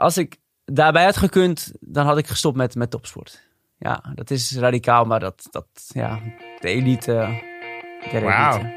als ik daarbij had gekund, dan had ik gestopt met topsport. Ja, dat is radicaal, maar de elite, Wauw. niet.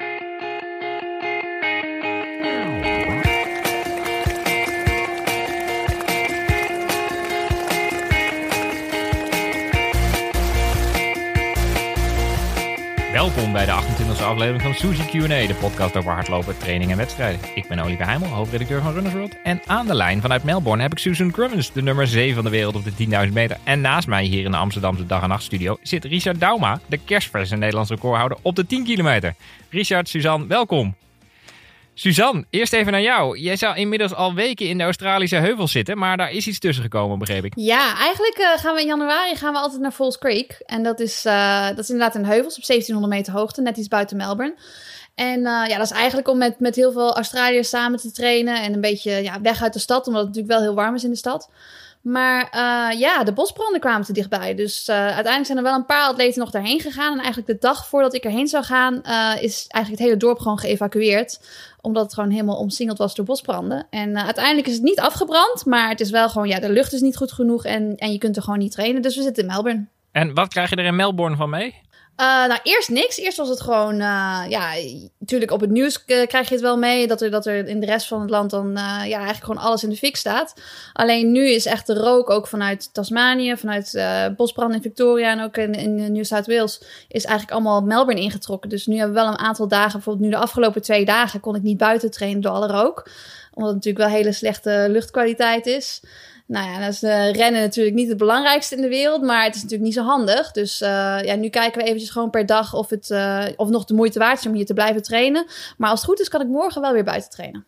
Welkom bij de 28e aflevering van Suzy Q&A, de podcast over hardlopen, training en wedstrijden. Ik ben Oliver Heimel, hoofdredacteur van Runners World. En aan de lijn vanuit Melbourne heb ik Susan Crummins, de nummer 7 van de wereld op de 10.000 meter. En naast mij hier in de Amsterdamse dag- en nachtstudio zit Richard Dauma, de kerstverse Nederlands recordhouder op de 10 kilometer. Richard, Suzanne, welkom. Suzanne, eerst even naar jou. Jij zou inmiddels al weken in de Australische heuvels zitten, maar daar is iets tussen gekomen, begreep ik. Ja, eigenlijk gaan we in januari altijd naar Falls Creek. En dat is inderdaad een heuvels op 1700 meter hoogte, net iets buiten Melbourne. En dat is eigenlijk om met heel veel Australiërs samen te trainen en een beetje weg uit de stad, omdat het natuurlijk wel heel warm is in de stad. Maar de bosbranden kwamen te dichtbij. Dus uiteindelijk zijn er wel een paar atleten nog daarheen gegaan. En eigenlijk de dag voordat ik erheen zou gaan, is eigenlijk het hele dorp gewoon geëvacueerd. Omdat het gewoon helemaal omsingeld was door bosbranden. En uiteindelijk is het niet afgebrand. Maar het is wel gewoon, de lucht is niet goed genoeg. En je kunt er gewoon niet trainen. Dus we zitten in Melbourne. En wat krijg je er in Melbourne van mee? Eerst niks. Eerst was het gewoon, natuurlijk op het nieuws krijg je het wel mee. Dat er in de rest van het land dan eigenlijk gewoon alles in de fik staat. Alleen nu is echt de rook ook vanuit Tasmanië, vanuit bosbranden in Victoria en ook in New South Wales is eigenlijk allemaal Melbourne ingetrokken. Dus nu hebben we wel een aantal dagen, bijvoorbeeld nu de afgelopen 2 dagen kon ik niet buiten trainen door alle rook. Omdat het natuurlijk wel hele slechte luchtkwaliteit is. Nou ja, dat is rennen natuurlijk niet het belangrijkste in de wereld, maar het is natuurlijk niet zo handig. Dus nu kijken we eventjes gewoon per dag of het nog de moeite waard is om hier te blijven trainen. Maar als het goed is, kan ik morgen wel weer buiten trainen.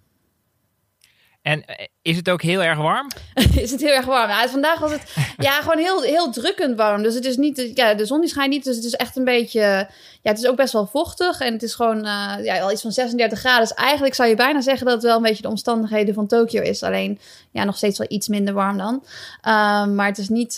En is het ook heel erg warm? Is het heel erg warm? Nou, vandaag was het gewoon heel, heel drukkend warm. Dus het is niet, de zon die schijnt niet. Dus het is echt een beetje, het is ook best wel vochtig. En het is gewoon al iets van 36 graden. Dus eigenlijk zou je bijna zeggen dat het wel een beetje de omstandigheden van Tokio is. Alleen nog steeds wel iets minder warm dan. Maar het is niet,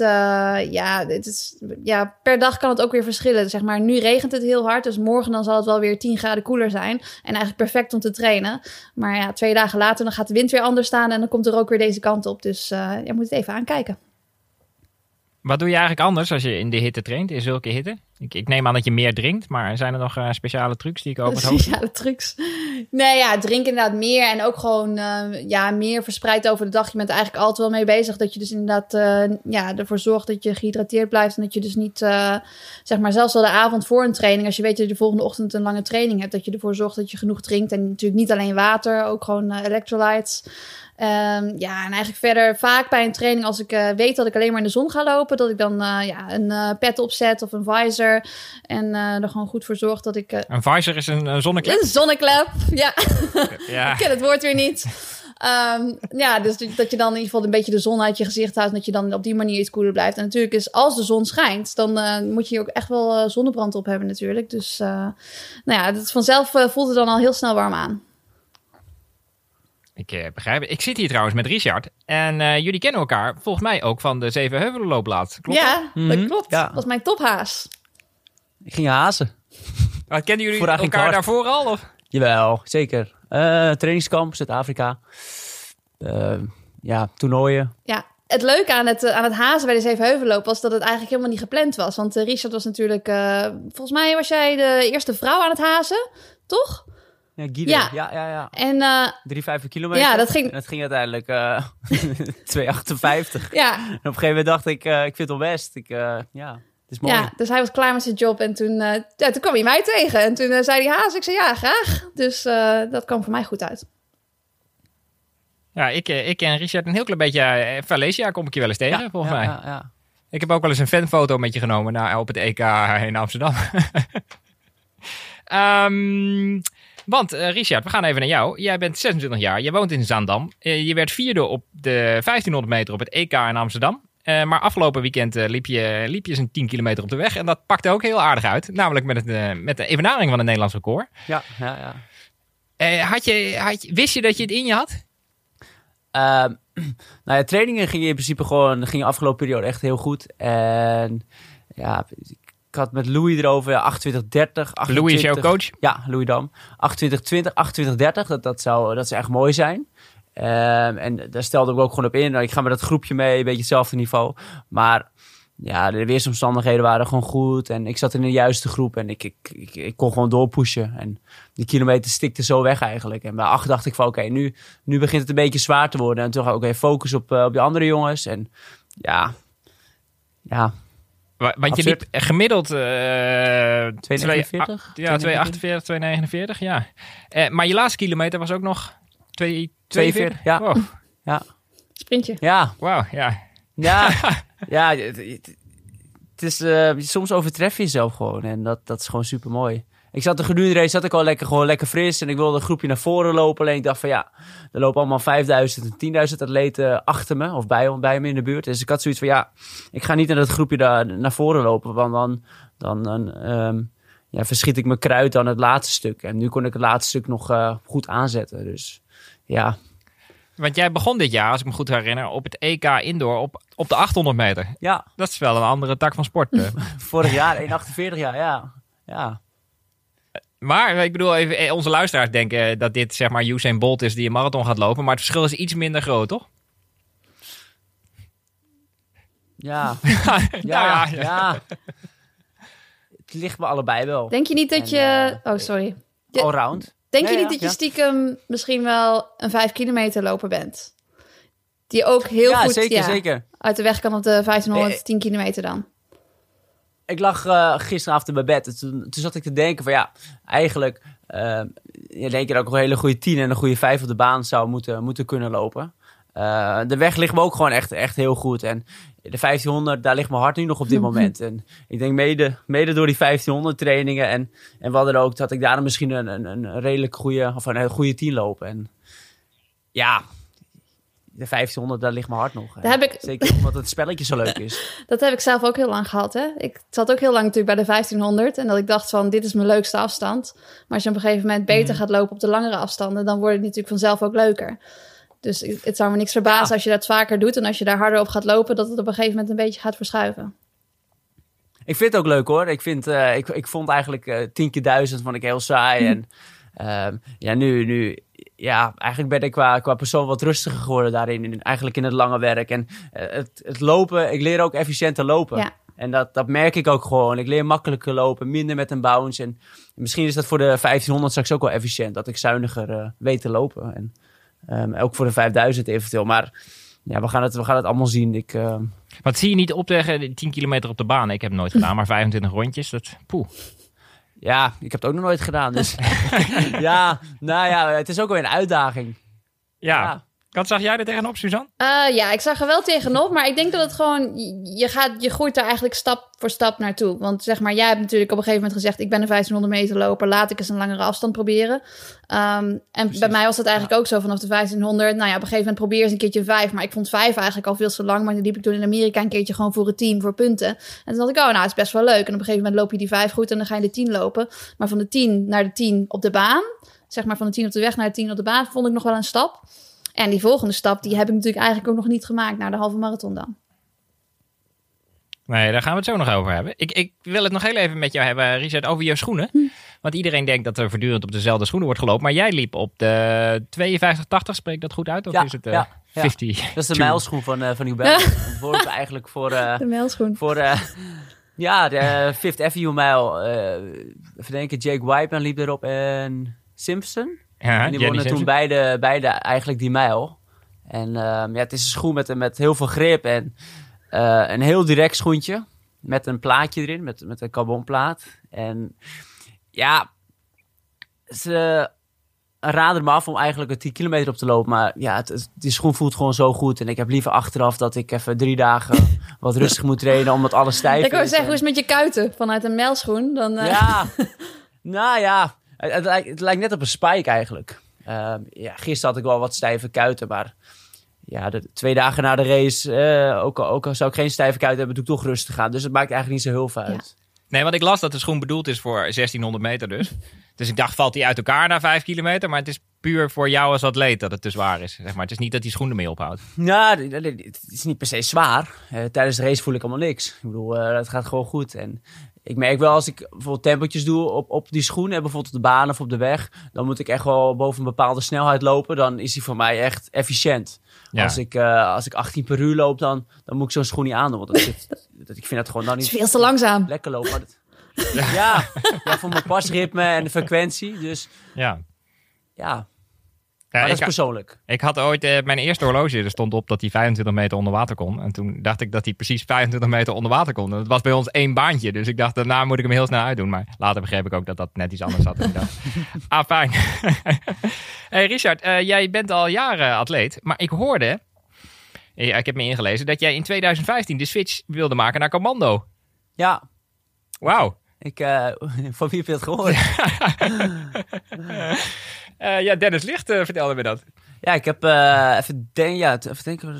per dag kan het ook weer verschillen. Zeg maar, nu regent het heel hard. Dus morgen dan zal het wel weer 10 graden koeler zijn. En eigenlijk perfect om te trainen. Maar 2 dagen later dan gaat de wind weer anders staan en dan komt er ook weer deze kant op. Dus je moet het even aankijken. Wat doe je eigenlijk anders als je in de hitte traint, in zulke hitte? Ik neem aan dat je meer drinkt, maar zijn er nog speciale trucs die ik over het hoofd heb? Speciale trucs? Nee, drink inderdaad meer en ook gewoon meer verspreid over de dag. Je bent er eigenlijk altijd wel mee bezig dat je dus inderdaad ervoor zorgt dat je gehydrateerd blijft en dat je dus niet, zelfs al de avond voor een training, als je weet dat je de volgende ochtend een lange training hebt, dat je ervoor zorgt dat je genoeg drinkt en natuurlijk niet alleen water, ook gewoon electrolytes. En eigenlijk verder vaak bij een training als ik weet dat ik alleen maar in de zon ga lopen, dat ik dan een pet opzet of een visor en er gewoon goed voor zorg dat ik... Een visor is een zonneklep? Een zonneklep, ja. Ja. Ik ken het woord weer niet. Dus dat je dan in ieder geval een beetje de zon uit je gezicht houdt en dat je dan op die manier iets koeler blijft. En natuurlijk is als de zon schijnt, dan moet je ook echt wel zonnebrand op hebben natuurlijk. Dus vanzelf voelt het dan al heel snel warm aan. Ik begrijp het. Ik zit hier trouwens met Richard. En jullie kennen elkaar volgens mij ook van de Zevenheuvelenloopplaats. Klopt dat? Ja, dat klopt. Ja. Dat was mijn tophaas. Ik ging hazen. Kennen jullie elkaar daarvoor al? Of? Jawel, zeker. Trainingskamp, Zuid-Afrika. Toernooien. Ja, het leuke aan het hazen bij de Zevenheuvelloop was dat het eigenlijk helemaal niet gepland was. Want Richard was natuurlijk... volgens mij was jij de eerste vrouw aan het hazen, toch? Ja, Guido. Ja. En 3,5 kilometer. Ja, dat ging uiteindelijk 2,58. Ja. En op een gegeven moment dacht ik vind het wel best. Het is mooi. Ja, dus hij was klaar met zijn job en toen kwam hij mij tegen. En toen zei hij haas. Ik zei ja, graag. Dus dat kwam voor mij goed uit. Ja, ik en Richard een heel klein beetje... Valencia kom ik je wel eens tegen, volgens mij. Ja. Ik heb ook wel eens een fanfoto met je genomen op het EK in Amsterdam. Want Richard, we gaan even naar jou. Jij bent 26 jaar, je woont in Zaandam. Je werd 4e op de 1500 meter op het EK in Amsterdam. Maar afgelopen weekend liep je zo'n 10 kilometer op de weg. En dat pakte ook heel aardig uit. Namelijk met de evenaring van het Nederlands record. Ja. Wist je dat je het in je had? Trainingen gingen in principe gewoon afgelopen periode echt heel goed. En ik had met Louis erover 28-30. Louis is jouw coach? Ja, Louis Dam. 28-20, 28-30. Dat zou echt mooi zijn. En daar stelde ik ook gewoon op in. Ik ga met dat groepje mee, een beetje hetzelfde niveau. Maar ja, de weersomstandigheden waren gewoon goed. En ik zat in de juiste groep en ik kon gewoon doorpushen. En die kilometer stikte zo weg eigenlijk. En bij 8 dacht ik van oké, nu begint het een beetje zwaar te worden. En toen ga ik focus op de andere jongens. En ja. Want je liep gemiddeld 2,49? Ja, 2,48, 2,49, ja. Maar je laatste kilometer was ook nog 2,42? Ja. Wow. Ja. Sprintje. Ja. Wauw, ja. Ja, het is, soms overtref je jezelf gewoon. En dat is gewoon super mooi. Ik zat de gedurende race zat ik al lekker fris. En ik wilde een groepje naar voren lopen. Alleen ik dacht van ja, er lopen allemaal 5.000 en 10.000 atleten achter me. Of bij me in de buurt. Dus ik had zoiets van ja, ik ga niet in dat groepje daar naar voren lopen. Want dan verschiet ik mijn kruid aan het laatste stuk. En nu kon ik het laatste stuk nog goed aanzetten. Dus ja. Want jij begon dit jaar, als ik me goed herinner, op het EK Indoor op de 800 meter. Ja. Dat is wel een andere tak van sport. Vorig jaar, 1,48 jaar, ja. Maar ik bedoel, even, onze luisteraars denken dat dit zeg maar Usain Bolt is die een marathon gaat lopen. Maar het verschil is iets minder groot, toch? Ja. Ja. Het ligt me allebei wel. Denk je niet dat je... Oh, sorry. Allround. Denk je niet dat je stiekem misschien wel een 5 kilometer loper bent? Die ook heel goed zeker. uit de weg kan op de 1510 kilometer dan. Ik lag gisteravond in mijn bed. En toen zat ik te denken van ja, eigenlijk denk je dat ik een hele goede 10 en een goede 5 op de baan zou moeten kunnen lopen. De weg ligt me ook gewoon echt heel goed. En de 1500, daar ligt mijn hart nu nog op dit moment. En ik denk mede door die 1500 trainingen en wat dan ook, dat ik daar misschien een redelijk goede, of een goede 10 lopen. En ja, de 1500, daar ligt mijn hart nog. Zeker omdat het spelletje zo leuk is. Dat heb ik zelf ook heel lang gehad. Hè? Ik zat ook heel lang natuurlijk bij de 1500. En dat ik dacht van, dit is mijn leukste afstand. Maar als je op een gegeven moment beter gaat lopen op de langere afstanden, dan wordt het natuurlijk vanzelf ook leuker. Dus het zou me niks verbazen als je dat vaker doet. En als je daar harder op gaat lopen, dat het op een gegeven moment een beetje gaat verschuiven. Ik vind het ook leuk hoor. Ik vond eigenlijk 10 keer 1000 vond ik heel saai. En nu eigenlijk ben ik qua persoon wat rustiger geworden daarin. Eigenlijk in het lange werk. En het lopen, ik leer ook efficiënter lopen. Ja. En dat merk ik ook gewoon. Ik leer makkelijker lopen, minder met een bounce. En misschien is dat voor de 1500 straks ook wel efficiënt. Dat ik zuiniger weet te lopen. En ook voor de 5000 eventueel. Maar ja, we gaan het allemaal zien. Wat zie je niet optegen 10 kilometer op de baan? Ik heb het nooit gedaan, maar 25 rondjes. Ja, ik heb het ook nog nooit gedaan. Dus het is ook wel een uitdaging. Ja. Wat zag jij er tegenop, Suzanne? Ik zag er wel tegenop. Maar ik denk dat het gewoon... Je groeit daar eigenlijk stap voor stap naartoe. Want zeg maar, jij hebt natuurlijk op een gegeven moment gezegd, ik ben een 1500 meter loper. Laat ik eens een langere afstand proberen. En precies. Bij mij was dat eigenlijk ook zo vanaf de 1500. Nou ja, op een gegeven moment probeer eens een keertje 5. Maar ik vond 5 eigenlijk al veel te lang. Maar dan liep ik toen in Amerika een keertje gewoon voor het team, voor punten. En toen dacht ik, het is best wel leuk. En op een gegeven moment loop je die 5 goed en dan ga je de 10 lopen. Maar van de 10 naar de 10 op de baan, zeg maar van de 10 op de weg naar de 10 op de baan, vond ik nog wel een stap. En die volgende stap, die heb ik natuurlijk eigenlijk ook nog niet gemaakt naar de halve marathon dan. Nee, daar gaan we het zo nog over hebben. Ik wil het nog heel even met jou hebben, Richard, over je schoenen. Want iedereen denkt dat er voortdurend op dezelfde schoenen wordt gelopen. Maar jij liep op de 52,80, spreek dat goed uit? Of is het 50? Dat is de mijlschoen van New Balance. Het wordt eigenlijk voor... de mijlschoen. Voor de Fifth Avenue mijl. Even denken, Jake Whiteman liep erop en Simpson. Ja, en die wonnen toen beide eigenlijk die mijl. En het is een schoen met heel veel grip en een heel direct schoentje. Met een plaatje erin, met een carbonplaat. En ja, ze raden me af om eigenlijk een 10 kilometer op te lopen. Maar ja, die schoen voelt gewoon zo goed. En ik heb liever achteraf dat ik even 3 dagen wat rustig moet trainen, omdat alles stijf is. Ik wou zeggen, hoe is het met je kuiten vanuit een mijlschoen? Dan, Ja, nou ja... Het lijkt net op een spike eigenlijk. Gisteren had ik wel wat stijve kuiten, maar ja, de 2 dagen na de race, ook al zou ik geen stijve kuiten hebben, doe ik toch rustig gaan. Dus het maakt eigenlijk niet zo heel veel uit. Ja. Nee, want ik las dat de schoen bedoeld is voor 1600 meter dus. Dus ik dacht, valt die uit elkaar na 5 kilometer? Maar het is puur voor jou als atleet dat het te zwaar is? Zeg maar. Het is niet dat die schoen ermee ophoudt. Ja, het is niet per se zwaar. Tijdens de race voel ik allemaal niks. Ik bedoel, het gaat gewoon goed. En ik merk wel als ik bijvoorbeeld tempootjes doe op die schoen, bijvoorbeeld op de baan of op de weg, dan moet ik echt wel boven een bepaalde snelheid lopen. Dan is die voor mij echt efficiënt. Ja. Als ik 18 per uur loop, dan moet ik zo'n schoen niet aandoen. Want ik vind dat gewoon dan niet... Het is veel te langzaam. Lekker lopen. Maar ja, voor mijn pasritme en de frequentie. Dus ja. Maar dat is persoonlijk. Ik had ooit mijn eerste horloge, er stond op dat hij 25 meter onder water kon. En toen dacht ik dat hij precies 25 meter onder water kon. En dat was bij ons 1 baantje. Dus ik dacht, daarna moet ik hem heel snel uitdoen. Maar later begreep ik ook dat dat net iets anders had. Fijn. Hey Richard, jij bent al jaren atleet. Maar ik hoorde, ik heb me ingelezen, dat jij in 2015 de switch wilde maken naar commando. Ja. Wauw. Van wie heb je dat gehoord? Dennis Licht vertelde me dat. Ja, ik heb even denken.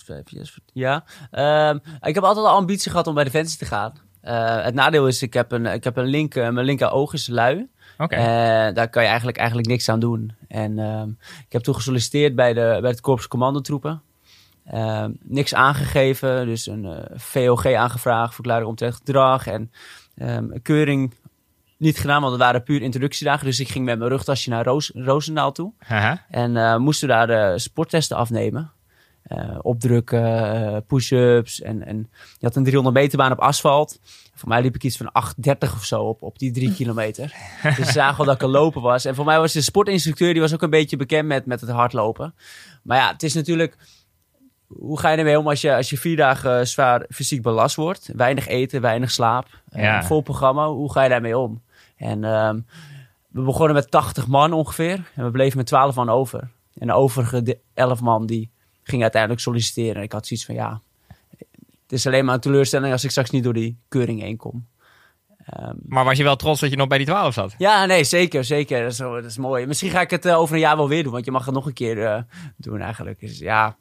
Ik heb altijd de ambitie gehad om bij Defensie te gaan. Het nadeel is, ik heb een mijn linker oog is lui. Okay. Daar kan je eigenlijk niks aan doen. En ik heb toen gesolliciteerd bij het Korps Commandotroepen. Niks aangegeven, dus een VOG aangevraagd, verklaring omtrent gedrag en een keuring niet gedaan, want het waren puur introductiedagen. Dus ik ging met mijn rugtasje naar Roosendaal toe. En moesten daar de sporttesten afnemen. Opdrukken, push-ups. En je had een 300 meter baan op asfalt. Voor mij liep ik iets van 8:30 of zo op die 3 kilometer. Dus ze zagen wel dat ik al lopen was. En voor mij was de sportinstructeur, die was ook een beetje bekend met het hardlopen. Maar ja, het is natuurlijk... Hoe ga je ermee om als je 4 dagen zwaar fysiek belast wordt? Weinig eten, weinig slaap. Vol programma. Hoe ga je daarmee om? En we begonnen met 80 man ongeveer. En we bleven met 12 man over. En de overige 11 man die gingen uiteindelijk solliciteren. En ik had zoiets van het is alleen maar een teleurstelling als ik straks niet door die keuring heen kom. Maar was je wel trots dat je nog bij die 12 zat? Ja, nee, zeker. Dat is mooi. Misschien ga ik het over een jaar wel weer doen. Want je mag het nog een keer doen eigenlijk. Dus ja...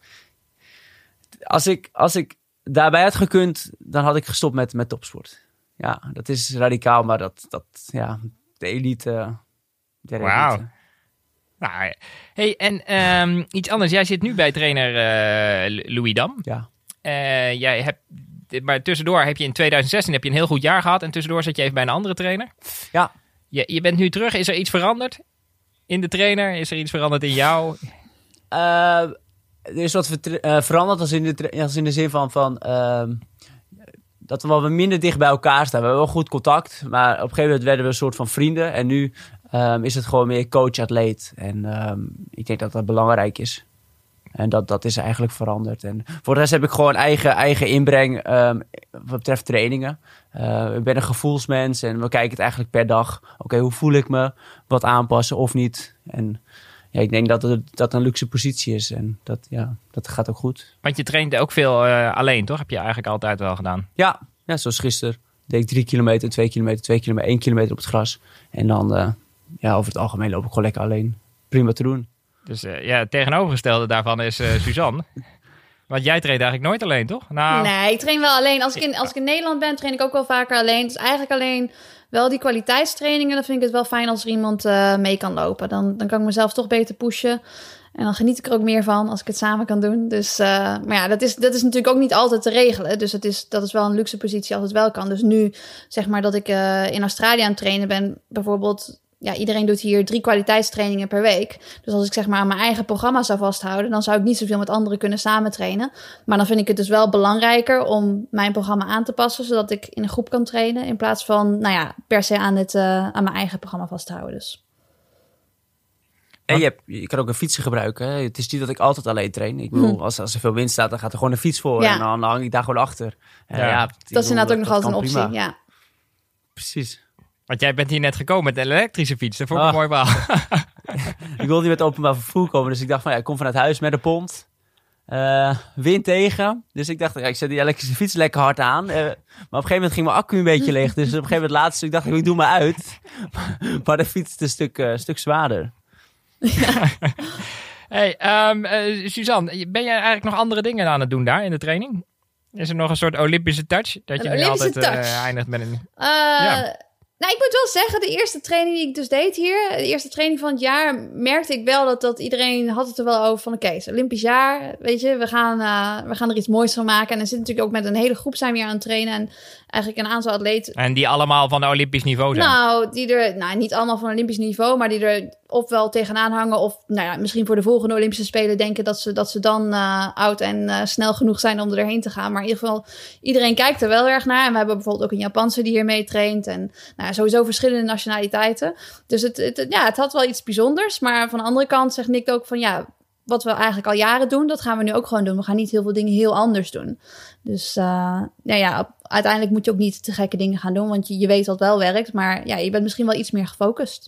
Als ik daarbij had gekund, dan had ik gestopt met topsport. Ja, dat is radicaal, maar de elite. Wauw. Nou, hey, en iets anders. Jij zit nu bij trainer Louis Dam. Ja. Maar tussendoor heb je in 2016 een heel goed jaar gehad. En tussendoor zat je even bij een andere trainer. Ja. Je bent nu terug. Is er iets veranderd in de trainer? Is er iets veranderd in jou? Er is wat veranderd als in de zin van dat we wat minder dicht bij elkaar staan. We hebben wel goed contact, maar op een gegeven moment werden we een soort van vrienden. En nu is het gewoon meer coach-atleet. En ik denk dat dat belangrijk is. En dat is eigenlijk veranderd. En voor de rest heb ik gewoon eigen inbreng wat betreft trainingen. Ik ben een gevoelsmens en we kijken het eigenlijk per dag. Oké, hoe voel ik me? Wat aanpassen of niet? En... Ja, ik denk dat een luxe positie is en dat gaat ook goed. Want je traint ook veel alleen, toch? Heb je eigenlijk altijd wel gedaan? Ja, zoals gisteren deed ik 3 kilometer, 2 kilometer, 2 kilometer, 1 kilometer op het gras. En dan, over het algemeen loop ik gewoon lekker alleen. Prima te doen. Dus het tegenovergestelde daarvan is Suzanne. Want jij traint eigenlijk nooit alleen, toch? Nou... Nee, ik train wel alleen. Als ik in Nederland ben, train ik ook wel vaker alleen. Dus eigenlijk alleen wel die kwaliteitstrainingen. Dan vind ik het wel fijn als er iemand mee kan lopen. Dan kan ik mezelf toch beter pushen. En dan geniet ik er ook meer van als ik het samen kan doen. Dus, maar ja, dat is natuurlijk ook niet altijd te regelen. Dus dat is wel een luxe positie als het wel kan. Dus nu, zeg maar dat ik in Australië aan het trainen ben, bijvoorbeeld... Ja, iedereen doet hier 3 kwaliteitstrainingen per week. Dus als ik zeg maar aan mijn eigen programma zou vasthouden, dan zou ik niet zoveel met anderen kunnen samen trainen. Maar dan vind ik het dus wel belangrijker om mijn programma aan te passen, zodat ik in een groep kan trainen, in plaats van, per se aan mijn eigen programma vasthouden. Dus. En je kan ook een fietsen gebruiken. Hè? Het is niet dat ik altijd alleen train. Ik bedoel, als er veel wind staat, dan gaat er gewoon een fiets voor. Ja. En dan hang ik daar gewoon achter. Dat is inderdaad ook nog altijd een optie. Prima. Ja. Precies. Want jij bent hier net gekomen met een elektrische fiets. Dat vond ik een mooi verhaal. Ik wilde niet met openbaar vervoer komen. Dus ik dacht ik kom vanuit huis met een pont. Wind tegen. Dus ik dacht, ik zet die elektrische fiets lekker hard aan. Maar op een gegeven moment ging mijn accu een beetje leeg. Dus op een gegeven moment laatst, ik dacht, ik doe me uit. Maar de fiets is een stuk zwaarder. Ja. Hey, Suzanne, ben jij eigenlijk nog andere dingen aan het doen daar in de training? Is er nog een soort Olympische touch? Dat je nu altijd eindigt met een... Nou, ik moet wel zeggen, de eerste training die ik dus deed hier, de eerste training van het jaar, merkte ik wel dat iedereen had het er wel over van, oké, het is Olympisch jaar, weet je, we gaan er iets moois van maken. En er zit natuurlijk ook met een hele groep zijn we hier aan het trainen en eigenlijk een aantal atleten. En die allemaal van Olympisch niveau zijn? Nou, niet allemaal van Olympisch niveau, maar die er ofwel tegenaan hangen of misschien voor de volgende Olympische Spelen denken dat ze dan oud en snel genoeg zijn om er doorheen te gaan. Maar in ieder geval, iedereen kijkt er wel erg naar. En we hebben bijvoorbeeld ook een Japanse die hier mee traint. En sowieso verschillende nationaliteiten. Dus het had wel iets bijzonders. Maar van de andere kant zegt Nick ook van wat we eigenlijk al jaren doen, dat gaan we nu ook gewoon doen. We gaan niet heel veel dingen heel anders doen. Dus uiteindelijk moet je ook niet te gekke dingen gaan doen, want je weet wat wel werkt. Maar je bent misschien wel iets meer gefocust.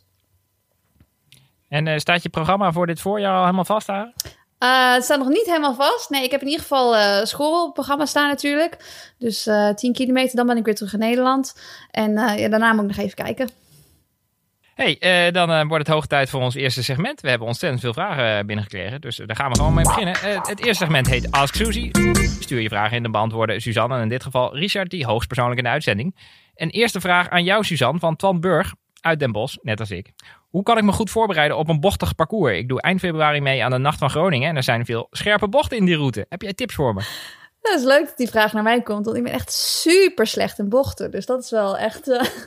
En staat je programma voor dit voorjaar al helemaal vast daar? Het staat nog niet helemaal vast. Nee, ik heb in ieder geval schoolprogramma staan natuurlijk. Dus 10 kilometer, dan ben ik weer terug in Nederland. En daarna moet ik nog even kijken. Hey, dan wordt het hoog tijd voor ons eerste segment. We hebben ontzettend veel vragen binnengekregen, dus daar gaan we gewoon mee beginnen. Het eerste segment heet Ask Suzy. Stuur je vragen in, dan beantwoorden Suzanne en in dit geval Richard, die hoogstpersoonlijk in de uitzending. Een eerste vraag aan jou, Suzanne, van Twan Burg uit Den Bosch, net als ik. Hoe kan ik me goed voorbereiden op een bochtig parcours? Ik doe eind februari mee aan de Nacht van Groningen en er zijn veel scherpe bochten in die route. Heb jij tips voor me? Het is leuk dat die vraag naar mij komt, want ik ben echt super slecht in bochten. Dus dat is wel echt...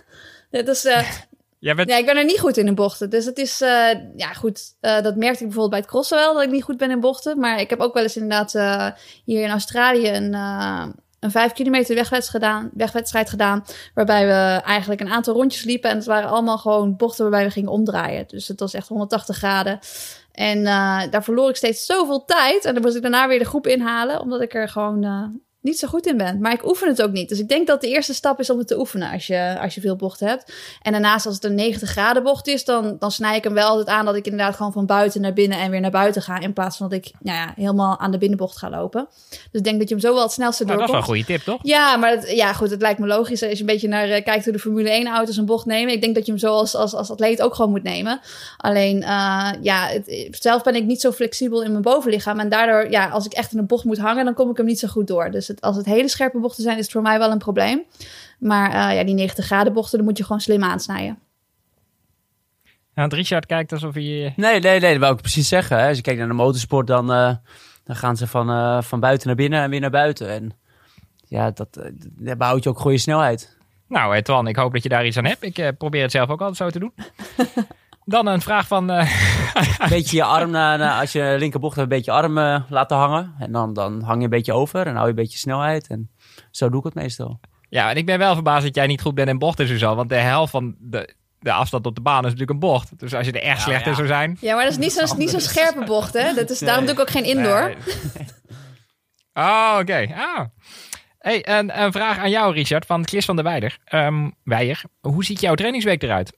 ik ben er niet goed in bochten. Dus het is, goed. Dat merkte ik bijvoorbeeld bij het crossen wel, dat ik niet goed ben in bochten. Maar ik heb ook wel eens inderdaad hier in Australië een 5 kilometer wegwedstrijd gedaan. Waarbij we eigenlijk een aantal rondjes liepen. En het waren allemaal gewoon bochten waarbij we gingen omdraaien. Dus het was echt 180 graden. En daar verloor ik steeds zoveel tijd. En dan moest ik daarna weer de groep inhalen, omdat ik er gewoon... niet zo goed in ben. Maar ik oefen het ook niet. Dus ik denk dat de eerste stap is om het te oefenen als je veel bochten hebt. En daarnaast als het een 90 graden bocht is, dan snij ik hem wel altijd aan dat ik inderdaad gewoon van buiten naar binnen en weer naar buiten ga. In plaats van dat ik helemaal aan de binnenbocht ga lopen. Dus ik denk dat je hem zo wel het snelste doorkomt. Dat is wel een goede tip, toch? Ja, maar het lijkt me logisch. Als je een beetje naar kijkt hoe de Formule 1 auto's een bocht nemen. Ik denk dat je hem zo als atleet ook gewoon moet nemen. Alleen, zelf ben ik niet zo flexibel in mijn bovenlichaam. En daardoor, als ik echt in een bocht moet hangen, dan kom ik hem niet zo goed door. Dus als het hele scherpe bochten zijn, is het voor mij wel een probleem. Maar die 90 graden bochten, dan moet je gewoon slim aansnijden. Nou, Richard kijkt alsof hij... Nee, dat wou ik precies zeggen. Hè. Als je kijkt naar de motorsport, dan gaan ze van buiten naar binnen en weer naar buiten. En daar behoud je ook goede snelheid. Nou, Twan, ik hoop dat je daar iets aan hebt. Ik probeer het zelf ook altijd zo te doen. Dan een vraag van... Een beetje je arm, als je linkerbocht hebt, een beetje arm laten hangen. En dan hang je een beetje over en hou je een beetje snelheid. En zo doe ik het meestal. Ja, en ik ben wel verbaasd dat jij niet goed bent in bochten, Suzanne. Want de helft van de afstand op de baan is natuurlijk een bocht. Dus als je er echt slecht in zou zijn... Ja, maar dat is niet zo'n scherpe bocht, hè? Daarom doe ik ook geen indoor. Nee. Oh, oké. Ah. Hey, een vraag aan jou, Richard, van Chris van der Weijer. Hoe ziet jouw trainingsweek eruit?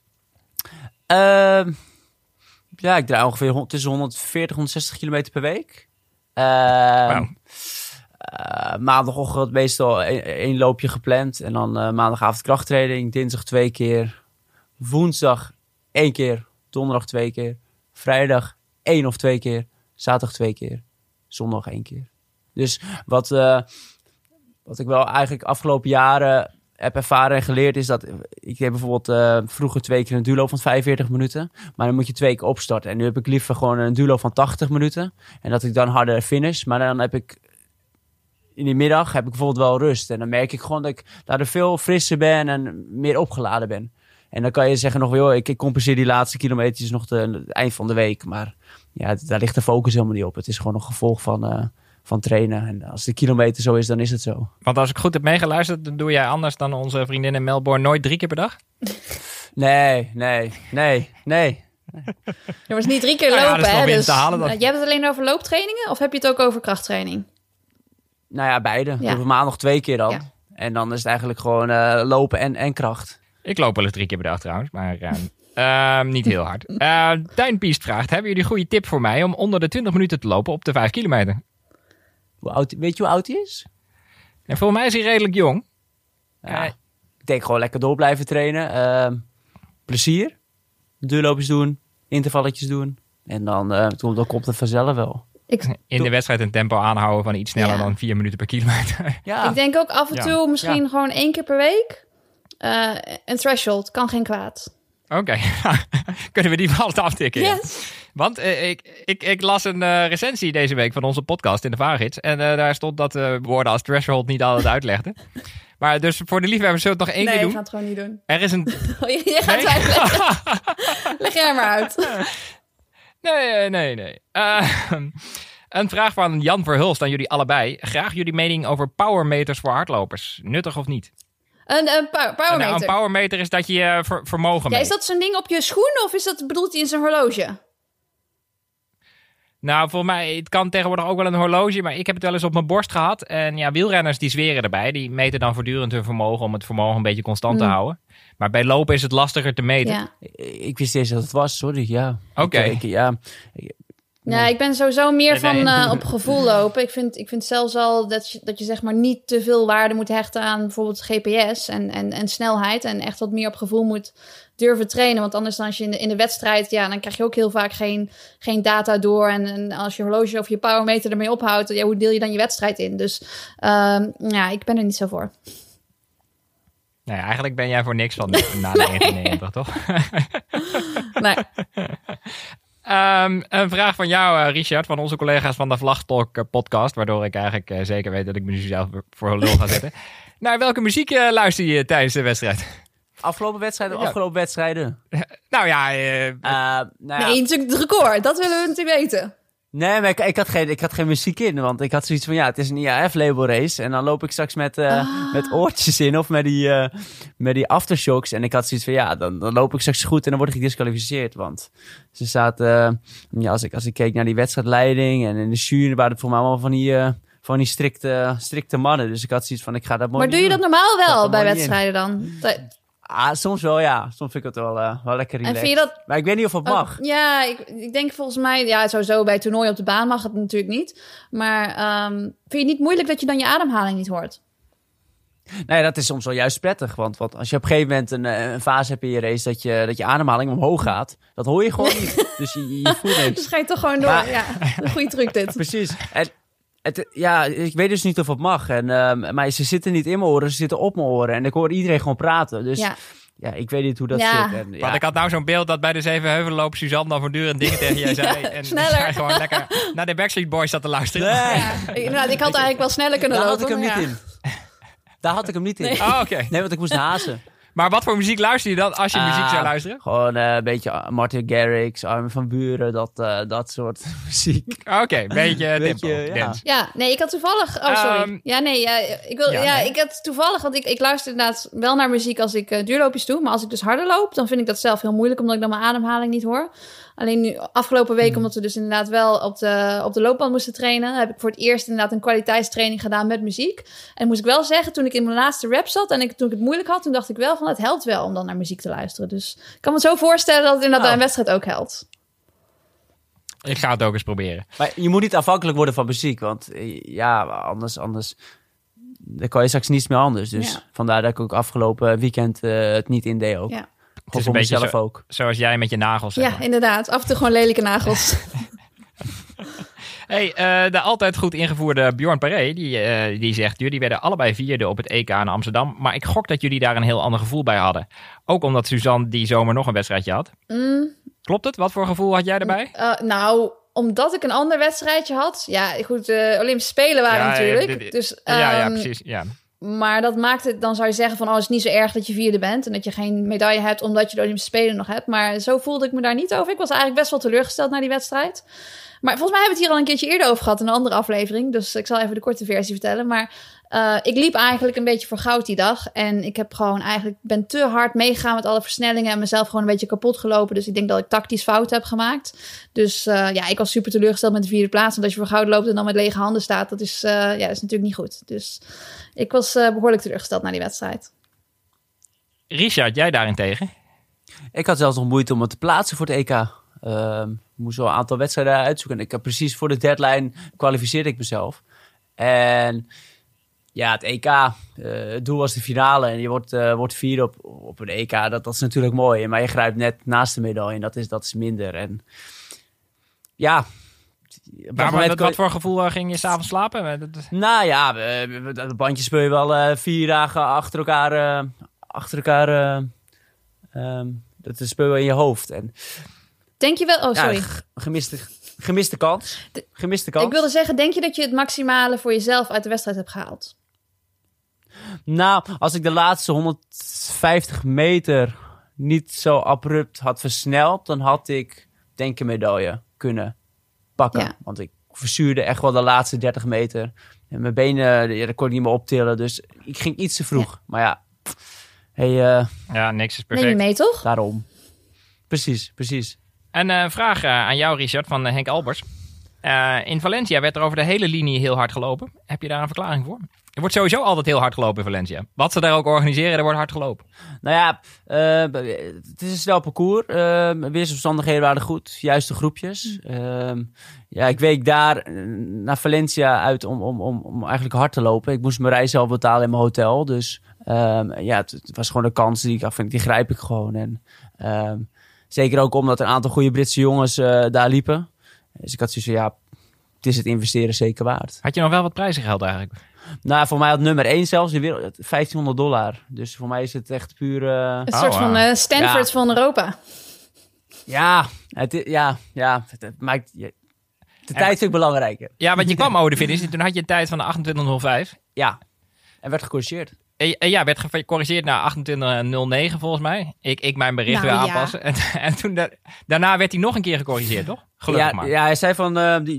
Ik draai ongeveer tussen 140 en 160 kilometer per week. Maandagochtend meestal 1 loopje gepland. En dan maandagavond krachttraining. Dinsdag 2 keer. Woensdag 1 keer. Donderdag 2 keer. Vrijdag 1 of 2 keer. Zaterdag 2 keer. Zondag 1 keer. Dus wat ik wel eigenlijk afgelopen jaren heb ervaren en geleerd is dat... Ik heb bijvoorbeeld vroeger 2 keer een duo van 45 minuten. Maar dan moet je 2 keer opstarten. En nu heb ik liever gewoon een duo van 80 minuten. En dat ik dan harder finish. Maar dan heb ik... In de middag heb ik bijvoorbeeld wel rust. En dan merk ik gewoon dat ik daardoor veel frisser ben en meer opgeladen ben. En dan kan je zeggen nog, joh, ik compenseer die laatste kilometers nog het eind van de week. Maar daar ligt de focus helemaal niet op. Het is gewoon een gevolg van trainen. En als de kilometer zo is, dan is het zo. Want als ik goed heb meegeluisterd, dan doe jij anders dan onze vriendin in Melbourne nooit 3 keer per dag? Nee. Je was niet 3 keer lopen, hè? Dus, je hebt het alleen over looptrainingen of heb je het ook over krachttraining? Nou ja, beide. Ja. Op maandag 2 keer dan. Ja. En dan is het eigenlijk gewoon lopen en kracht. Ik loop wel eens 3 keer per dag trouwens, maar niet heel hard. Tuinpiest vraagt, hebben jullie een goede tip voor mij om onder de 20 minuten te lopen op de 5 kilometer? Weet je hoe oud hij is? En volgens mij is hij redelijk jong. Ja, ik denk gewoon lekker door blijven trainen. Plezier. Duurloopjes doen. Intervalletjes doen. En dan komt het vanzelf wel. In de wedstrijd een tempo aanhouden van iets sneller dan 4 minuten per kilometer. Ja. Ik denk ook af en toe misschien gewoon 1 keer per week. Een threshold, kan geen kwaad. Oké, kunnen we die vast aftikken? Yes. Want ik las een recensie deze week van onze podcast in de Vaargids. En daar stond dat woorden als threshold niet altijd uitlegden. Maar dus voor de liefhebbers zullen we het nog één keer doen. Nee, ik ga het gewoon niet doen. Er is een... Je gaat het uitleggen. Leg jij maar uit. Nee. Een vraag van Jan Verhulst aan jullie allebei. Graag jullie mening over powermeters voor hardlopers. Nuttig of niet? Een powermeter. Nou, een powermeter is dat je vermogen meet. Is dat zo'n ding op je schoen of bedoelt hij in zijn horloge? Nou, volgens mij, het kan tegenwoordig ook wel een horloge, maar ik heb het wel eens op mijn borst gehad. En ja, wielrenners die zweren erbij. Die meten dan voortdurend hun vermogen om het vermogen een beetje constant te houden. Maar bij lopen is het lastiger te meten. Ja. Ik wist eerst dat het was, sorry. Ja. Oké. Ja, ik ben sowieso meer van op gevoel lopen. Ik vind zelfs al dat je zeg maar niet te veel waarde moet hechten aan bijvoorbeeld GPS en snelheid. En echt wat meer op gevoel moet durven trainen. Want anders dan als je in de wedstrijd, ja, dan krijg je ook heel vaak geen data door. En als je horloge of je powermeter ermee ophoudt, ja, hoe deel je dan je wedstrijd in? Dus ik ben er niet zo voor. Nou ja, eigenlijk ben jij voor niks van na de 1990, toch? Nee. Een vraag van jou, Richard, van onze collega's van de Vlagtalk podcast, waardoor ik eigenlijk zeker weet dat ik me nu zelf voor lul ga zetten. Naar welke muziek luister je tijdens de wedstrijd? Afgelopen wedstrijden of afgelopen wedstrijden? Nou ja... Nee, natuurlijk het record. Dat willen we natuurlijk weten. Nee, maar ik had geen muziek in, want ik had zoiets van, ja, het is een IAF-label race. En dan loop ik straks met oortjes in of met die aftershocks. En ik had zoiets van, ja, dan loop ik straks goed en dan word ik gedisqualificeerd. Want ze zaten, als ik keek naar die wedstrijdleiding en in de jury waren het voor mij allemaal van die strikte mannen. Dus ik had zoiets van, ik ga dat mooi. Maar doe je dat normaal wel bij wedstrijden dan? Soms wel, ja. Soms vind ik het wel lekker relaxed. En vind je dat... Maar ik weet niet of het mag. Ja, ik denk volgens mij... Ja, sowieso bij toernooien op de baan mag het natuurlijk niet. Maar vind je het niet moeilijk dat je dan je ademhaling niet hoort? Nee, dat is soms wel juist prettig. Want als je op een gegeven moment een fase hebt in je race... dat je ademhaling omhoog gaat... dat hoor je gewoon niet. Dus je voelt niks. Dus ga je toch gewoon door. Maar, ja, een goede truc dit. Precies. Ik weet dus niet of het mag. Maar ze zitten niet in mijn oren, ze zitten op mijn oren. En ik hoor iedereen gewoon praten. Dus ja, ik weet niet hoe dat zit. Want ik had nou zo'n beeld dat bij de Zevenheuvelloop Suzanne dan voortdurend dingen tegen jij zei. En zij gewoon lekker naar de Backstreet Boys zat te luisteren. Nee. Ik had eigenlijk wel sneller kunnen lopen. Daar had ik hem niet in. Nee. Oh, oké. Nee, want ik moest hazen. Maar wat voor muziek luister je dan als je muziek zou luisteren? Gewoon een beetje Martin Garrix, Armin van Buuren, dat soort muziek. Oké, een beetje tempo. Dance. Ja, nee, ik had toevallig... Oh, sorry. Ik had toevallig, want ik luister inderdaad wel naar muziek als ik duurloopjes doe. Maar als ik dus harder loop, dan vind ik dat zelf heel moeilijk, omdat ik dan mijn ademhaling niet hoor. Alleen nu, afgelopen week, omdat we dus inderdaad wel op de loopband moesten trainen, heb ik voor het eerst inderdaad een kwaliteitstraining gedaan met muziek. En moest ik wel zeggen, toen ik in mijn laatste rap zat en toen ik het moeilijk had, toen dacht ik wel van, het helpt wel om dan naar muziek te luisteren. Dus ik kan me zo voorstellen dat het inderdaad bij een wedstrijd ook helpt. Ik ga het ook eens proberen. Maar je moet niet afhankelijk worden van muziek, want anders dan kan je straks niets meer anders. Dus vandaar dat ik ook afgelopen weekend het niet indeed ook. Ja. Het is een beetje ook. Zoals jij met je nagels. Zeg maar. Inderdaad. Af en toe gewoon lelijke nagels. Hey, de altijd goed ingevoerde Bjorn Paré, die zegt, jullie werden allebei vierde op het EK in Amsterdam, maar ik gok dat jullie daar een heel ander gevoel bij hadden. Ook omdat Suzanne die zomer nog een wedstrijdje had. Klopt het? Wat voor gevoel had jij erbij? Omdat ik een ander wedstrijdje had. Ja, goed, de Olympische Spelen waren natuurlijk. Precies. Ja. Maar dat maakt het, dan zou je zeggen van, het is niet zo erg dat je vierde bent en dat je geen medaille hebt omdat je de Olympische Spelen nog hebt. Maar zo voelde ik me daar niet over. Ik was eigenlijk best wel teleurgesteld naar die wedstrijd. Maar volgens mij hebben we het hier al een keertje eerder over gehad in een andere aflevering. Dus ik zal even de korte versie vertellen. Maar ik liep eigenlijk een beetje voor goud die dag. En ik heb gewoon ben te hard meegegaan met alle versnellingen en mezelf gewoon een beetje kapot gelopen. Dus ik denk dat ik tactisch fouten heb gemaakt. Dus ik was super teleurgesteld met de vierde plaats. Want als je voor goud loopt en dan met lege handen staat, dat is natuurlijk niet goed. Dus ik was behoorlijk teleurgesteld naar die wedstrijd. Richard, jij daarentegen? Ik had zelfs nog moeite om het te plaatsen voor het EK. Ik moest wel een aantal wedstrijden uitzoeken. En ik heb precies voor de deadline kwalificeerde ik mezelf. En ja, het EK, het doel was de finale. En je wordt vierde op een EK. Dat is natuurlijk mooi. Maar je grijpt net naast de medaille. En dat is minder. En ja... Wat voor gevoel ging je 's avonds slapen? Nou ja, de bandjes speel je wel 4 dagen achter achter elkaar... dat is speel in je hoofd. En, Denk je wel... Oh, sorry. Gemiste kans. Gemiste kans. Ik wilde zeggen, denk je dat je het maximale voor jezelf uit de wedstrijd hebt gehaald? Nou, als ik de laatste 150 meter niet zo abrupt had versneld, dan had ik, denk ik, een medaille kunnen pakken. Ja. Want ik verzuurde echt wel de laatste 30 meter. En mijn benen, dat kon ik niet meer optillen. Dus ik ging iets te vroeg. Ja. Maar ja, ja, niks is Neem perfect. je mee, toch? daarom. Precies. En een vraag aan jou, Richard, van Henk Albers. In Valencia werd er over de hele linie heel hard gelopen. Heb je daar een verklaring voor? Er wordt sowieso altijd heel hard gelopen in Valencia. Wat ze daar ook organiseren, er wordt hard gelopen. Nou ja, het is een snel parcours. Weersomstandigheden waren goed. Juiste groepjes. Ik week daar naar Valencia uit om eigenlijk hard te lopen. Ik moest mijn reis zelf betalen in mijn hotel. Dus het was gewoon een kans die ik dacht, die grijp ik gewoon. En zeker ook omdat er een aantal goede Britse jongens daar liepen. Dus ik had zoiets van, het is het investeren zeker waard. Had je nog wel wat prijzengeld eigenlijk? Nou, voor mij had nummer 1 zelfs in de wereld $1.500. Dus voor mij is het echt puur... Een soort van Stanford van Europa. Het maakt... De tijd vind ik belangrijker. Ja, want je kwam over de finish en toen had je een tijd van 28.05. Ja, en werd gecorrigeerd. Ja, werd gecorrigeerd naar 28.09 volgens mij. Ik mijn bericht weer aanpassen. En toen daarna werd hij nog een keer gecorrigeerd, toch? Gelukkig maar. Ja, hij zei van...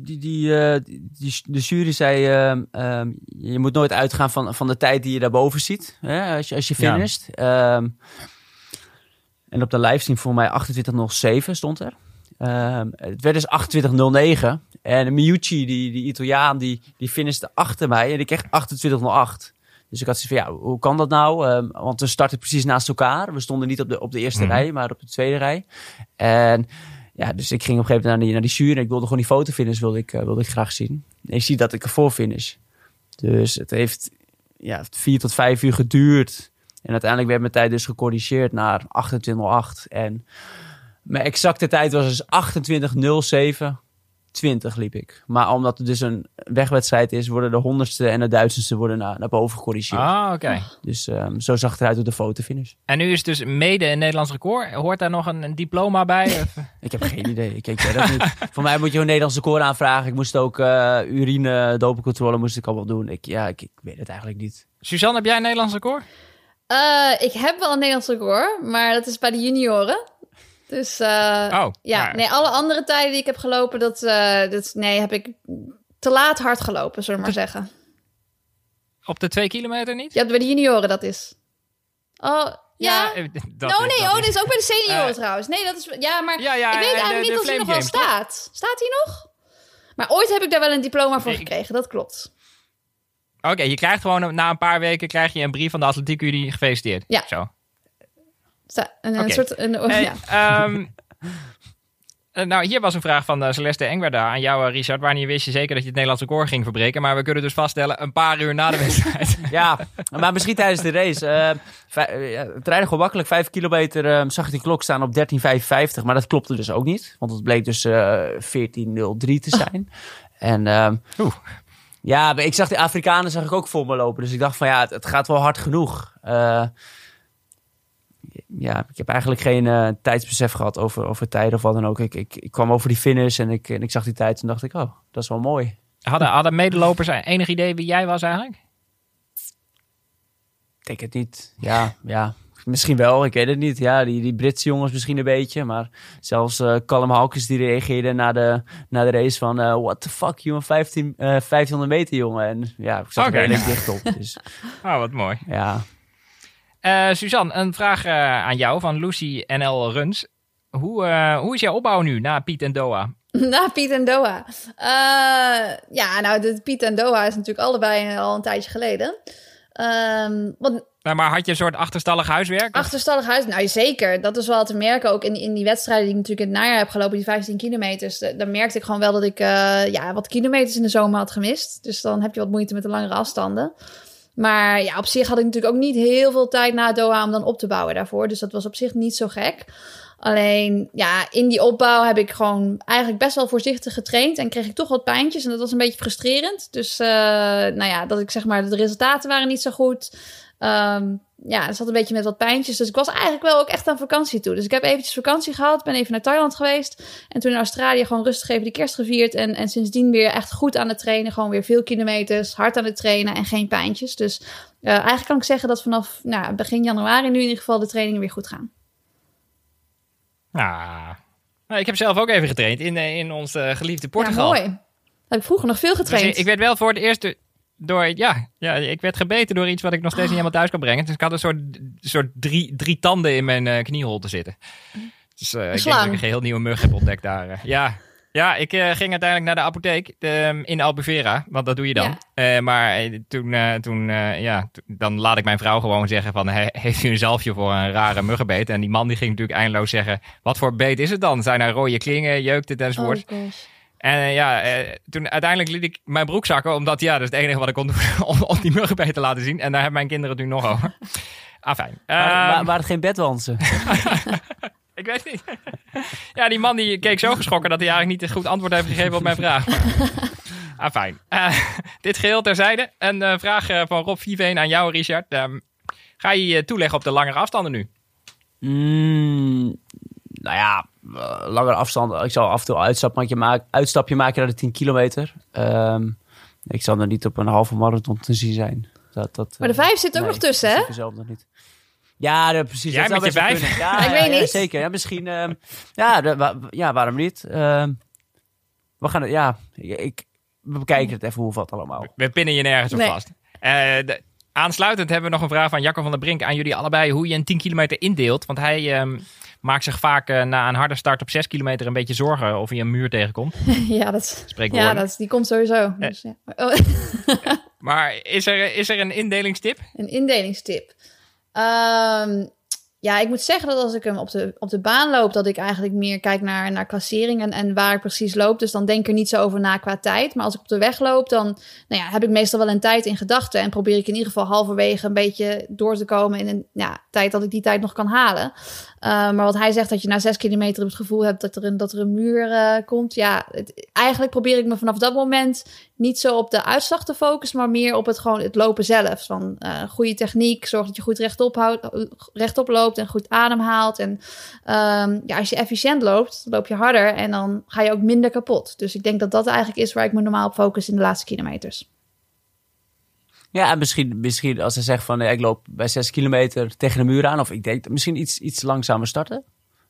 de jury zei... je moet nooit uitgaan van de tijd die je daarboven ziet. Hè, als je finisht. Ja. En op de livestream voor mij 28.07 stond er. Het werd dus 28.09. En Miucci, die Italiaan, die finishte achter mij. En ik kreeg 28.08. Dus ik had zoiets van, hoe kan dat nou? Want we startten precies naast elkaar. We stonden niet op de eerste rij, maar op de tweede rij. En dus ik ging op een gegeven moment naar die jury. En ik wilde gewoon die fotofinish wilde ik graag zien. En je ziet dat ik ervoor finish. Dus het heeft 4 tot 5 uur geduurd. En uiteindelijk werd mijn tijd dus gecorrigeerd naar 28.08. En mijn exacte tijd was dus 28.07.20 liep ik. Maar omdat het dus een wegwedstrijd is, worden de 100ste en de 1000ste worden naar boven gecorrigeerd. Oké. Dus zo zag het eruit op de fotofinish. En nu is het dus mede een Nederlands record. Hoort daar nog een diploma bij? Of? Ik heb geen idee. Ik weet dat niet. Voor mij moet je een Nederlands record aanvragen. Ik moest ook urine, dopingcontrole moest ik allemaal doen. Ik weet het eigenlijk niet. Suzanne, heb jij een Nederlands record? Ik heb wel een Nederlands record, maar dat is bij de junioren. Dus alle andere tijden die ik heb gelopen, heb ik te laat hard gelopen, zullen we maar zeggen. Op de 2 kilometer niet? Ja, bij de junioren dat is. Oh, ja. Dit is ook bij de senioren trouwens. Nee, dat is... Ja, maar ik weet eigenlijk niet of hij nog wel staat. Staat hij nog? Maar ooit heb ik daar wel een diploma voor gekregen, dat klopt. Oké, je krijgt gewoon na een paar weken krijg je een brief van de Atletiek Unie gefeliciteerd. Ja. Zo. Nou, hier was een vraag van Celeste Engwerda aan jou, Richard. Wanneer wist je zeker dat je het Nederlands record ging verbreken? Maar we kunnen dus vaststellen, een paar uur na de wedstrijd. Ja, maar misschien tijdens de race. Het rijden gewoon makkelijk. 5 kilometer zag ik de klok staan op 13.55. Maar dat klopte dus ook niet. Want het bleek dus 14.03 te zijn. En ja, ik zag de Afrikanen ook voor me lopen. Dus ik dacht van het gaat wel hard genoeg. Ik heb eigenlijk geen tijdsbesef gehad over tijden of wat dan ook. Ik kwam over die finish en ik zag die tijd en dacht ik, dat is wel mooi. Hadden medelopers enig idee wie jij was eigenlijk? Ik denk het niet. Ja. Misschien wel, ik weet het niet. Ja, die Britse jongens misschien een beetje. Maar zelfs Callum Hawkins die reageerde na de race van... what the fuck, jongen, 1500 meter, jongen. En ik zat er redelijk dicht op. Dus, wat mooi. Ja. Suzanne, een vraag aan jou van Lucy NL Runs. Hoe is jouw opbouw nu na Piet en Doha? Na Piet en Doha? De Piet en Doha is natuurlijk allebei al een tijdje geleden. Maar had je een soort achterstallig huiswerk? Achterstallig huiswerk, nou zeker. Dat is wel te merken, ook in die wedstrijden die ik natuurlijk in het najaar heb gelopen, die 15 kilometers. Dan merkte ik gewoon wel dat ik wat kilometers in de zomer had gemist. Dus dan heb je wat moeite met de langere afstanden. Maar op zich had ik natuurlijk ook niet heel veel tijd na Doha om dan op te bouwen daarvoor. Dus dat was op zich niet zo gek. Alleen, in die opbouw heb ik gewoon eigenlijk best wel voorzichtig getraind. En kreeg ik toch wat pijntjes. En dat was een beetje frustrerend. Dus, dat ik zeg maar, de resultaten waren niet zo goed. dat zat een beetje met wat pijntjes. Dus ik was eigenlijk wel ook echt aan vakantie toe. Dus ik heb eventjes vakantie gehad, ben even naar Thailand geweest. En toen in Australië gewoon rustig even de kerst gevierd. En sindsdien weer echt goed aan het trainen. Gewoon weer veel kilometers, hard aan het trainen en geen pijntjes. Dus eigenlijk kan ik zeggen dat vanaf begin januari nu in ieder geval de trainingen weer goed gaan. Nou, ik heb zelf ook even getraind in ons geliefde Portugal. Ja, mooi. Dat heb ik vroeger nog veel getraind. Dus ik werd wel voor het eerst ik werd gebeten door iets wat ik nog steeds niet helemaal thuis kan brengen. Dus ik had een soort drie tanden in mijn knieholte zitten. Dus ik denk dat ik een geheel nieuwe mug heb ontdekt daar. Ja, ik ging uiteindelijk naar de apotheek in Albufeira, want dat doe je dan. Ja. Maar toen dan laat ik mijn vrouw gewoon zeggen van, heeft u een zalfje voor een rare muggenbeet? En die man die ging natuurlijk eindeloos zeggen, wat voor beet is het dan? Zijn er rode klingen, jeukt het enzovoort? Oh, en toen uiteindelijk liet ik mijn broek zakken, omdat dat is het enige wat ik kon doen om die muggenbeet te laten zien. En daar hebben mijn kinderen het nu nog over. Fijn. Waren het geen bedwansen? Ik weet niet. Ja, die man die keek zo geschrokken dat hij eigenlijk niet een goed antwoord heeft gegeven op mijn vraag. Fijn. Dit geheel terzijde. Een vraag van Rob Viveen aan jou, Richard. Ga je je toeleggen op de langere afstanden nu? Langere afstanden. Ik zal af en toe een uitstapje maken naar de 10 kilometer. Ik zal er niet op een halve marathon te zien zijn. Maar de 5 zit ook nog tussen, hè? Ik zelf nog niet. Ja, precies. Jij met je 5? Ja, ik weet niet. Zeker. Ja, misschien. Waarom niet? We gaan het. We bekijken het even hoe valt allemaal. We pinnen je nergens op vast. Aansluitend hebben we nog een vraag van Jacco van der Brink aan jullie allebei. Hoe je een 10 kilometer indeelt. Want hij maakt zich vaak na een harde start op 6 kilometer een beetje zorgen of hij een muur tegenkomt. Die komt sowieso. Dus, Maar is er een indelingstip? Een indelingstip. Ik moet zeggen dat als ik hem op de baan loop, dat ik eigenlijk meer kijk naar klasseringen en waar ik precies loop. Dus dan denk ik er niet zo over na qua tijd. Maar als ik op de weg loop, dan heb ik meestal wel een tijd in gedachten. En probeer ik in ieder geval halverwege een beetje door te komen in een tijd dat ik die tijd nog kan halen. Maar wat hij zegt, dat je na 6 kilometer het gevoel hebt dat er een muur komt. Ja, eigenlijk probeer ik me vanaf dat moment niet zo op de uitslag te focussen, maar meer op het lopen zelf. Van goede techniek, zorg dat je goed rechtop loopt en goed ademhaalt. En als je efficiënt loopt, dan loop je harder en dan ga je ook minder kapot. Dus ik denk dat dat eigenlijk is waar ik me normaal op focus in de laatste kilometers. Ja, en misschien als hij zegt van ik loop bij 6 kilometer tegen de muur aan, of ik denk misschien iets langzamer starten.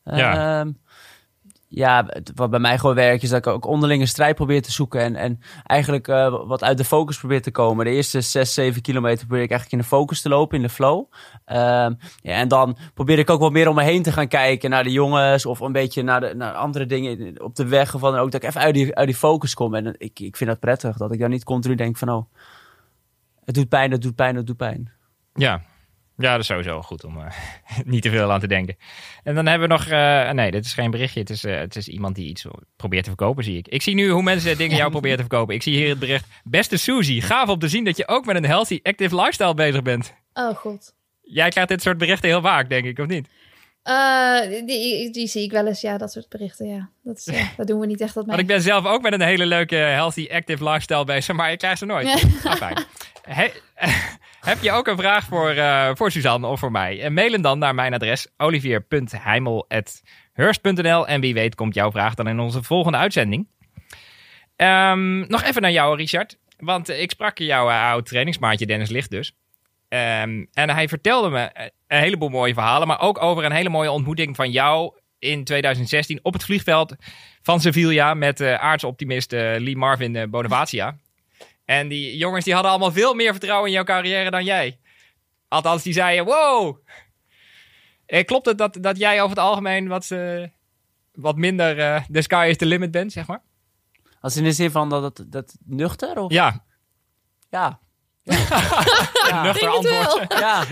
Wat bij mij gewoon werkt is dat ik ook onderlinge strijd probeer te zoeken en eigenlijk wat uit de focus probeer te komen. De eerste 6, 7 kilometer probeer ik eigenlijk in de focus te lopen, in de flow. En dan probeer ik ook wat meer om me heen te gaan kijken naar de jongens of een beetje naar andere dingen op de weg. Of dan ook dat ik even uit die focus kom. En ik vind dat prettig, dat ik dan niet continu denk van het doet pijn, het doet pijn, het doet pijn. Ja, dat is sowieso goed om niet te veel aan te denken. En dan hebben we nog... nee, dit is geen berichtje. Het is iemand die iets probeert te verkopen, zie ik. Ik zie nu hoe mensen dingen jou proberen te verkopen. Ik zie hier het bericht. Beste Suzy, gaaf om te zien dat je ook met een healthy, active lifestyle bezig bent. Oh, god. Jij krijgt dit soort berichten heel vaak, denk ik, of niet? Die zie ik wel eens, dat soort berichten, ja. Dat doen we niet echt wat mee. Want ik ben zelf ook met een hele leuke healthy, active lifestyle bezig, maar ik krijg ze nooit. Fijn. Heb je ook een vraag voor Suzanne of voor mij? Mailen dan naar mijn adres olivier.heimel@hurst.nl en wie weet komt jouw vraag dan in onze volgende uitzending. Nog even naar jou, Richard. Want ik sprak jouw oude trainingsmaatje Dennis Licht dus. En hij vertelde me een heleboel mooie verhalen, maar ook over een hele mooie ontmoeting van jou in 2016 op het vliegveld van Sevilla met aardsoptimist Lee Marvin Bonavacia. En die jongens die hadden allemaal veel meer vertrouwen in jouw carrière dan jij. Althans, die zeiden, wow! Klopt het dat jij over het algemeen wat minder the sky is the limit bent, zeg maar? Als in de zin van dat nuchter? Of? Ja. Ja. Nuchter antwoord.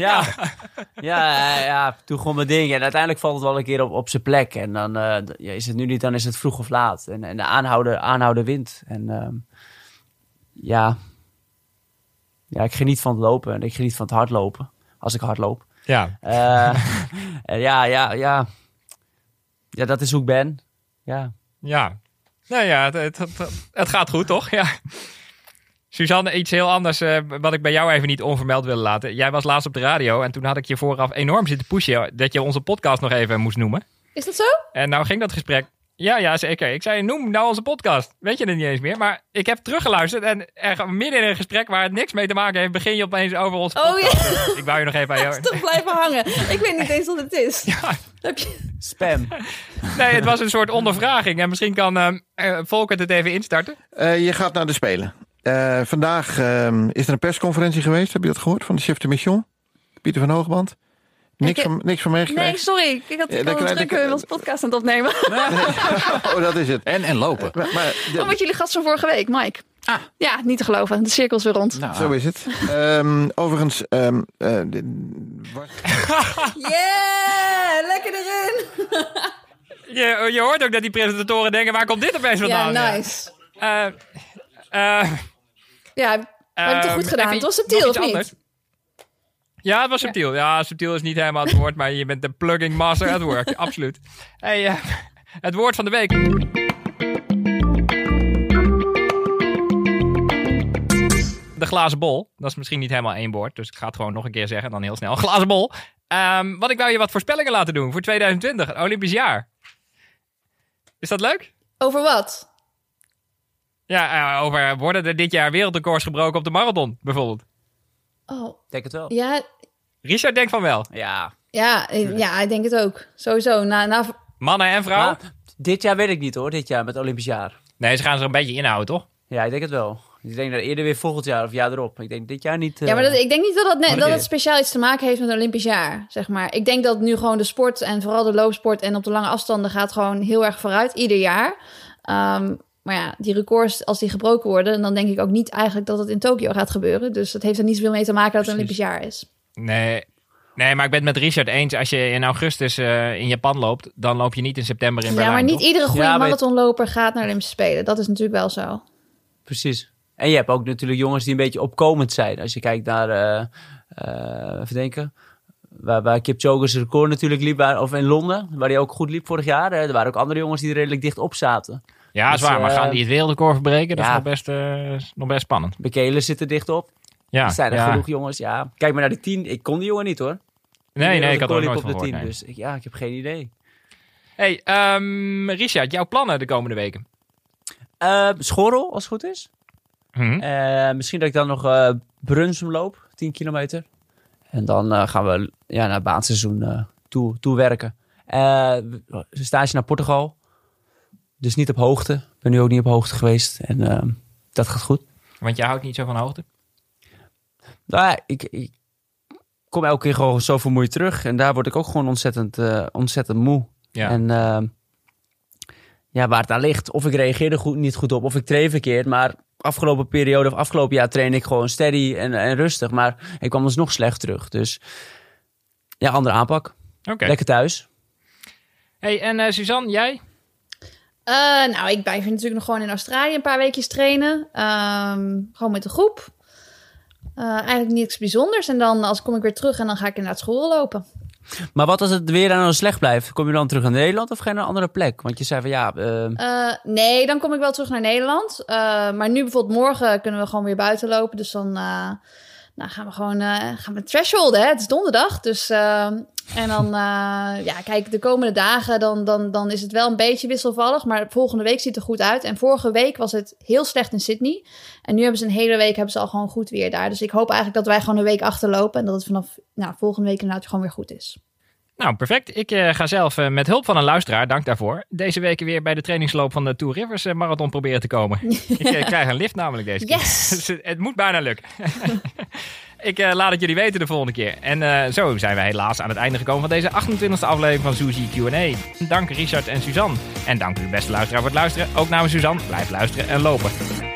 Ja, toen gewoon mijn ding. En uiteindelijk valt het wel een keer op zijn plek. En dan is het nu niet, dan is het vroeg of laat. En de aanhouden wint. En ik geniet van het lopen. En ik geniet van het hardlopen. Als ik hard loop. Ja. Ja, dat is hoe ik ben. Ja. Ja. Nou ja, het gaat goed, toch? Ja. Suzanne, iets heel anders wat ik bij jou even niet onvermeld wilde laten. Jij was laatst op de radio en toen had ik je vooraf enorm zitten pushen dat je onze podcast nog even moest noemen. Is dat zo? En nou ging dat gesprek. Ja, zeker. Ik zei, noem nou onze podcast. Weet je het niet eens meer. Maar ik heb teruggeluisterd en midden in een gesprek waar het niks mee te maken heeft, begin je opeens over ons podcast. Ja. Ik wou je nog even aan jou. Toch blijven hangen. Ik weet niet eens wat het is. Ja. Heb je... Spam. Nee, het was een soort ondervraging. En misschien kan Volkert het even instarten. Je gaat naar de Spelen. Vandaag is er een persconferentie geweest. Heb je dat gehoord? Van de chef de mission? Pieter van Hoogband. Niks van meegekregen? Nee, sorry. Ik had druk in onze podcast aan het opnemen. Oh, dat is het. En lopen. Wat jullie gast van vorige week, Mike. Ja, niet te geloven. De cirkel is weer rond. Nou, Zo is het. Overigens... Yeah! Lekker erin! Je hoort ook dat die presentatoren denken, waar komt dit opeens vandaan? Ja, nice. Ja, we hebben het toch goed gedaan. Het was subtiel, of niet? Anders. Ja, het was subtiel. Ja, subtiel is niet helemaal het woord, maar je bent de plugging master at work. Absoluut. Hey, het woord van de week. De glazen bol. Dat is misschien niet helemaal één woord, dus ik ga het gewoon nog een keer zeggen, dan heel snel. Glazen bol. Want ik wou je wat voorspellingen laten doen voor 2020, het Olympisch jaar. Is dat leuk? Over wat? Ja, over worden er dit jaar wereldrecords gebroken op de marathon, bijvoorbeeld? Oh, Denk het wel. ja, Richard denkt van wel. Ja. ik denk het ook. Sowieso. Mannen en vrouwen? Maar dit jaar weet ik niet hoor. Dit jaar met Olympisch jaar. Nee, ze gaan er een beetje inhouden, toch? Ja, ik denk het wel. Ik denk dat eerder weer volgend jaar of jaar erop. Ik denk dit jaar niet... Ja, maar ik denk niet dat keer. het speciaal iets te maken heeft met het Olympisch jaar, zeg maar. Ik denk dat nu gewoon de sport en vooral de loopsport en op de lange afstanden gaat gewoon heel erg vooruit, ieder jaar. Maar ja, die records, als die gebroken worden, dan denk ik ook niet eigenlijk dat het in Tokio gaat gebeuren. Dus dat heeft er niet zoveel mee te maken dat het een Olympisch jaar is. Nee, maar ik ben het met Richard eens. Als je in augustus in Japan loopt, dan loop je niet in september in Berlijn. Ja, maar niet toch? iedere goede Ja, maar marathonloper gaat naar de Olympische Spelen. Dat is natuurlijk wel zo. Precies. En je hebt ook natuurlijk jongens die een beetje opkomend zijn. Als je kijkt naar, even denken, waar Kipchoge's record natuurlijk liep, of in Londen, waar hij ook goed liep vorig jaar. Er waren ook andere jongens die er redelijk dicht op zaten. Ja, Dus, is waar. Maar gaan die het wereldrecord verbreken? Dat ja. is nog best spannend. Bekelen zit er dicht op. Ja, Er zijn er genoeg jongens. Ja. Kijk maar naar de 10. Ik kon die jongen niet hoor. Nee, ik had er ook liep nooit op van de 10. gehoord. Nee. Dus ik heb geen idee. Hey, Richard, jouw plannen de komende weken? Schorrel, als het goed is. Misschien dat ik dan nog Brunsum loop, 10 kilometer. En dan gaan we naar het baanseizoen toe werken. Stage naar Portugal. Dus niet op hoogte. Ik ben nu ook niet op hoogte geweest. En dat gaat goed. Want jij houdt niet zo van hoogte? Nou, ik kom elke keer gewoon zo vermoeid terug. En daar word ik ook gewoon ontzettend moe. Ja. En waar het aan ligt. Of ik reageerde niet goed op. Of ik train verkeerd. Maar afgelopen periode of afgelopen jaar train ik gewoon steady en rustig. Maar ik kwam dus nog slecht terug. Dus ja, andere aanpak. Oké. Lekker thuis. Hey, en Suzanne, jij? Ik blijf natuurlijk nog gewoon in Australië een paar weekjes trainen. Gewoon met de groep. Eigenlijk niets bijzonders. En dan kom ik weer terug en dan ga ik inderdaad school lopen. Maar wat als het weer dan slecht blijft? Kom je dan terug naar Nederland of ga je naar een andere plek? Want je zei van nee, dan kom ik wel terug naar Nederland. Maar nu bijvoorbeeld morgen kunnen we gewoon weer buiten lopen. Dus dan gaan we gewoon thresholden. Hè? Het is donderdag. Dus, en dan, kijk, de komende dagen dan is het wel een beetje wisselvallig. Maar volgende week ziet het er goed uit. En vorige week was het heel slecht in Sydney. En nu hebben ze een hele week al gewoon goed weer daar. Dus ik hoop eigenlijk dat wij gewoon een week achterlopen. En dat het vanaf volgende week inderdaad gewoon weer goed is. Nou, perfect. Ik ga zelf met hulp van een luisteraar, dank daarvoor, deze week weer bij de trainingsloop van de Two Rivers Marathon proberen te komen. Ik krijg een lift namelijk deze keer. Yes! Dus het moet bijna lukken. Ik laat het jullie weten de volgende keer. En zo zijn we helaas aan het einde gekomen van deze 28e aflevering van Suzy Q&A. Dank Richard en Suzanne. En dank u beste luisteraar voor het luisteren. Ook namens Suzanne, blijf luisteren en lopen.